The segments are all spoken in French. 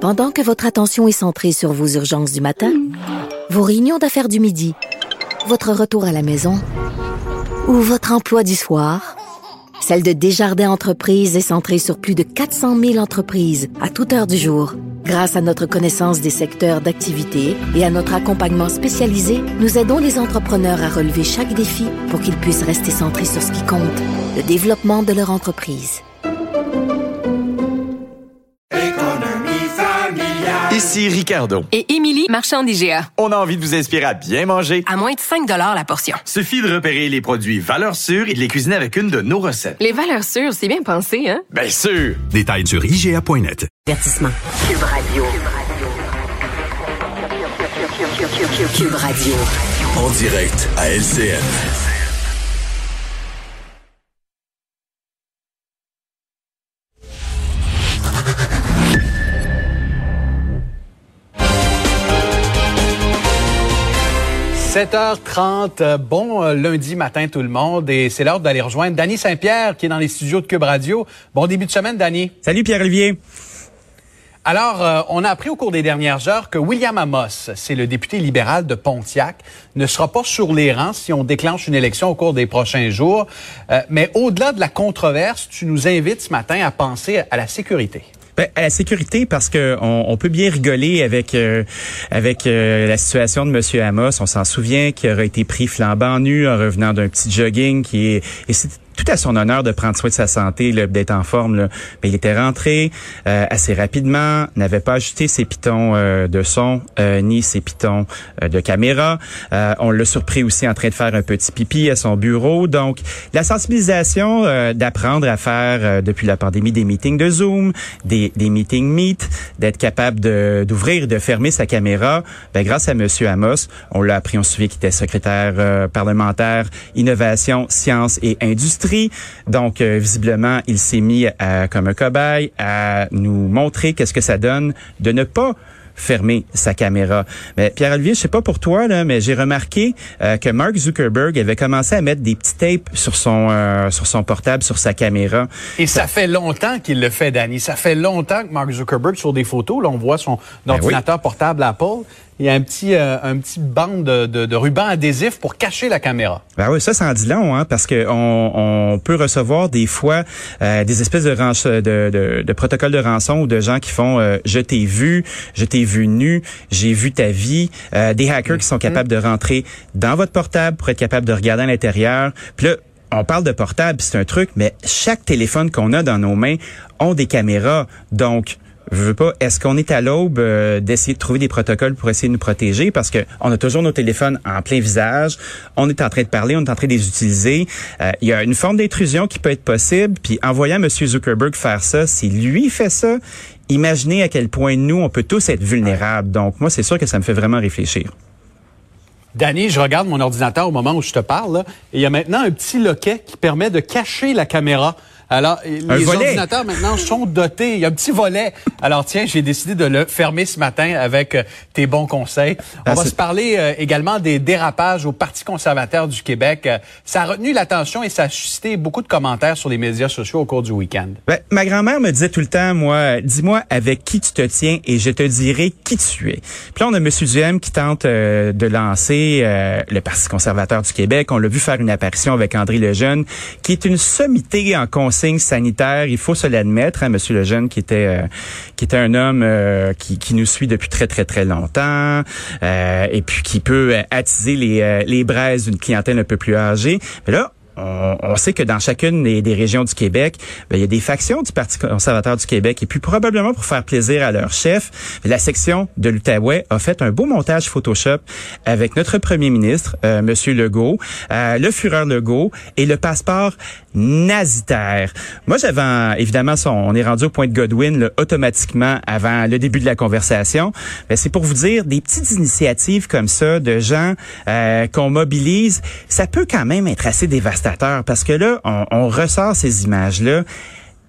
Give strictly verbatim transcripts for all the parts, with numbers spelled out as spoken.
Pendant que votre attention est centrée sur vos urgences du matin, vos réunions d'affaires du midi, votre retour à la maison ou votre emploi du soir, celle de Desjardins Entreprises est centrée sur plus de quatre cent mille entreprises à toute heure du jour. Grâce à notre connaissance des secteurs d'activité et à notre accompagnement spécialisé, nous aidons les entrepreneurs à relever chaque défi pour qu'ils puissent rester centrés sur ce qui compte, le développement de leur entreprise. Ici Ricardo. Et Émilie, marchand d'I G A. On a envie de vous inspirer à bien manger. À moins de cinq dollars la portion. Suffit de repérer les produits valeurs sûres et de les cuisiner avec une de nos recettes. Les valeurs sûres, c'est bien pensé, hein? Bien sûr! Détails sur I G A point net. Avertissement. Cube Radio. Cube Radio. En direct à L C N. sept heures trente, bon lundi matin tout le monde, et c'est l'heure d'aller rejoindre Danny Saint-Pierre qui est dans les studios de Cube Radio. Bon début de semaine, Danny. Salut Pierre-Olivier. Alors, euh, on a appris au cours des dernières heures que William Amos, c'est le député libéral de Pontiac, ne sera pas sur les rangs si on déclenche une élection au cours des prochains jours. Euh, mais au-delà de la controverse, tu nous invites ce matin à penser à la sécurité. Ben, à la sécurité, parce que on, on peut bien rigoler avec euh, avec euh, la situation de Monsieur Amos. On s'en souvient qu'il aurait été pris flambant nu en revenant d'un petit jogging qui est et c'est tout à son honneur de prendre soin de sa santé, là, d'être en forme. Là. Mais il était rentré euh, assez rapidement, n'avait pas ajouté ses pitons euh, de son euh, ni ses pitons euh, de caméra. Euh, on l'a surpris aussi en train de faire un petit pipi à son bureau. Donc, la sensibilisation euh, d'apprendre à faire euh, depuis la pandémie des meetings de Zoom, des, des meetings Meet, d'être capable de, d'ouvrir et de fermer sa caméra. Ben, grâce à Monsieur Amos, on l'a appris, on se souvient qu'il était secrétaire euh, parlementaire, innovation, sciences et industrie. Donc, euh, visiblement, il s'est mis à, comme un cobaye à nous montrer qu'est-ce que ça donne de ne pas fermer sa caméra. Mais Pierre-Olivier, je sais pas pour toi là, mais j'ai remarqué euh, que Mark Zuckerberg avait commencé à mettre des petits tapes sur son euh, sur son portable, sur sa caméra. Et ça fait longtemps qu'il le fait, Danny. Ça fait longtemps que Mark Zuckerberg, sur des photos, là, on voit son Ben ordinateur oui. portable Apple. Il y a un petit euh, un petit bande de, de, de ruban adhésif pour cacher la caméra. Ben oui, ça, ça en dit long, hein, parce que on, on peut recevoir des fois euh, des espèces de, ranch, de, de, de protocoles de rançon ou de gens qui font euh, je t'ai vu, je t'ai vu nu, j'ai vu ta vie, euh, des hackers qui sont capables de rentrer dans votre portable pour être capables de regarder à l'intérieur. Puis là, on parle de portable, c'est un truc, mais chaque téléphone qu'on a dans nos mains ont des caméras, donc je veux pas, est-ce qu'on est à l'aube euh, d'essayer de trouver des protocoles pour essayer de nous protéger? Parce que on a toujours nos téléphones en plein visage, on est en train de parler, on est en train de les utiliser. Euh, il y a une forme d'intrusion qui peut être possible, puis en voyant M. Zuckerberg faire ça, si lui fait ça, imaginez à quel point nous, on peut tous être vulnérables. Donc moi, c'est sûr que ça me fait vraiment réfléchir. Danny, je regarde mon ordinateur au moment où je te parle, là, et il y a maintenant un petit loquet qui permet de cacher la caméra. Alors, un les volet. ordinateurs maintenant sont dotés. Il y a un petit volet. Alors, tiens, j'ai décidé de le fermer ce matin avec euh, tes bons conseils. On ah, va c'est... se parler euh, également des dérapages au Parti conservateur du Québec. Euh, ça a retenu l'attention et ça a suscité beaucoup de commentaires sur les médias sociaux au cours du week-end. Ben, ma grand-mère me disait tout le temps, moi, dis-moi avec qui tu te tiens et je te dirai qui tu es. Puis là, on a M. Duhem qui tente euh, de lancer euh, le Parti conservateur du Québec. On l'a vu faire une apparition avec André Lejeune, qui est une sommité en conseil sanitaire, il faut se l'admettre, hein, Monsieur Lejeune, qui était euh, qui était un homme euh, qui, qui nous suit depuis très très très longtemps, euh, et puis qui peut euh, attiser les euh, les braises d'une clientèle un peu plus âgée. Mais là, On, on sait que dans chacune des, des régions du Québec, ben, il y a des factions du Parti conservateur du Québec. Et puis probablement pour faire plaisir à leur chef, la section de l'Outaouais a fait un beau montage Photoshop avec notre premier ministre, euh, Monsieur Legault, euh, le Führer Legault et le passeport nazitaire. Moi, j'avais évidemment, son, on est rendu au point de Godwin là, automatiquement avant le début de la conversation. Ben, c'est pour vous dire, des petites initiatives comme ça de gens euh, qu'on mobilise, ça peut quand même être assez dévastateur parce que là, on, on ressort ces images-là.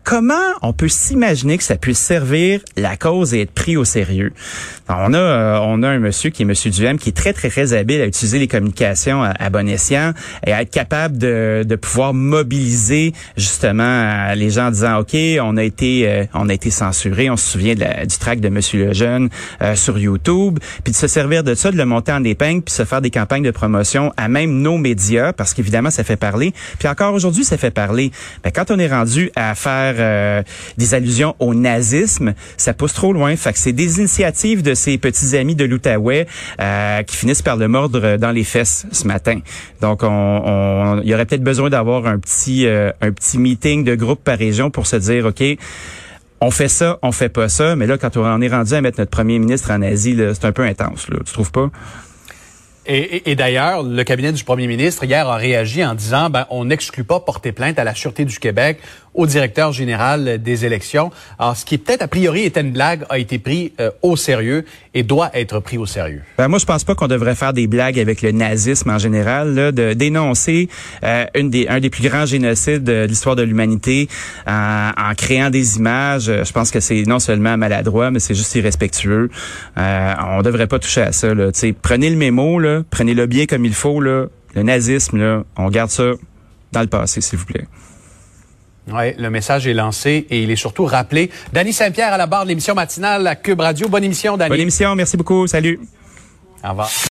comment on peut s'imaginer que ça puisse servir la cause et être pris au sérieux? Alors, on a euh, on a un monsieur qui est monsieur Duhem qui est très très très habile à utiliser les communications à, à bon escient et à être capable de de pouvoir mobiliser justement euh, les gens en disant OK, on a été euh, on a été censuré, on se souvient de la, du track de monsieur Lejeune euh, sur YouTube, puis de se servir de ça, de le monter en épingle puis se faire des campagnes de promotion à même nos médias parce qu'évidemment ça fait parler. Puis encore aujourd'hui ça fait parler. Ben, quand on est rendu à faire Euh, des allusions au nazisme, ça pousse trop loin. Fait que c'est des initiatives de ces petits amis de l'Outaouais euh, qui finissent par le mordre dans les fesses ce matin. Donc, on, on, il y aurait peut-être besoin d'avoir un petit, euh, un petit meeting de groupe par région pour se dire, OK, on fait ça, on fait pas ça. Mais là, quand on est rendu à mettre notre premier ministre en Asie, là, c'est un peu intense, là. Tu trouves pas? Et, et, et d'ailleurs, le cabinet du premier ministre hier a réagi en disant ben on n'exclut pas porter plainte à la Sûreté du Québec, au directeur général des élections. Alors, ce qui peut-être a priori était une blague a été pris euh, au sérieux et doit être pris au sérieux. Ben moi, je pense pas qu'on devrait faire des blagues avec le nazisme en général, là, de dénoncer euh, une des un des plus grands génocides de l'histoire de l'humanité en, en créant des images. Je pense que c'est non seulement maladroit, mais c'est juste irrespectueux. Euh, on devrait pas toucher à ça. Là. T'sais, prenez le mémo, là, prenez-le bien comme il faut. Là. Le nazisme, là, on garde ça dans le passé, s'il vous plaît. Oui, le message est lancé et il est surtout rappelé. Dany Saint-Pierre à la barre de l'émission matinale à Cube Radio. Bonne émission, Dany. Bonne émission, merci beaucoup. Salut. Au revoir.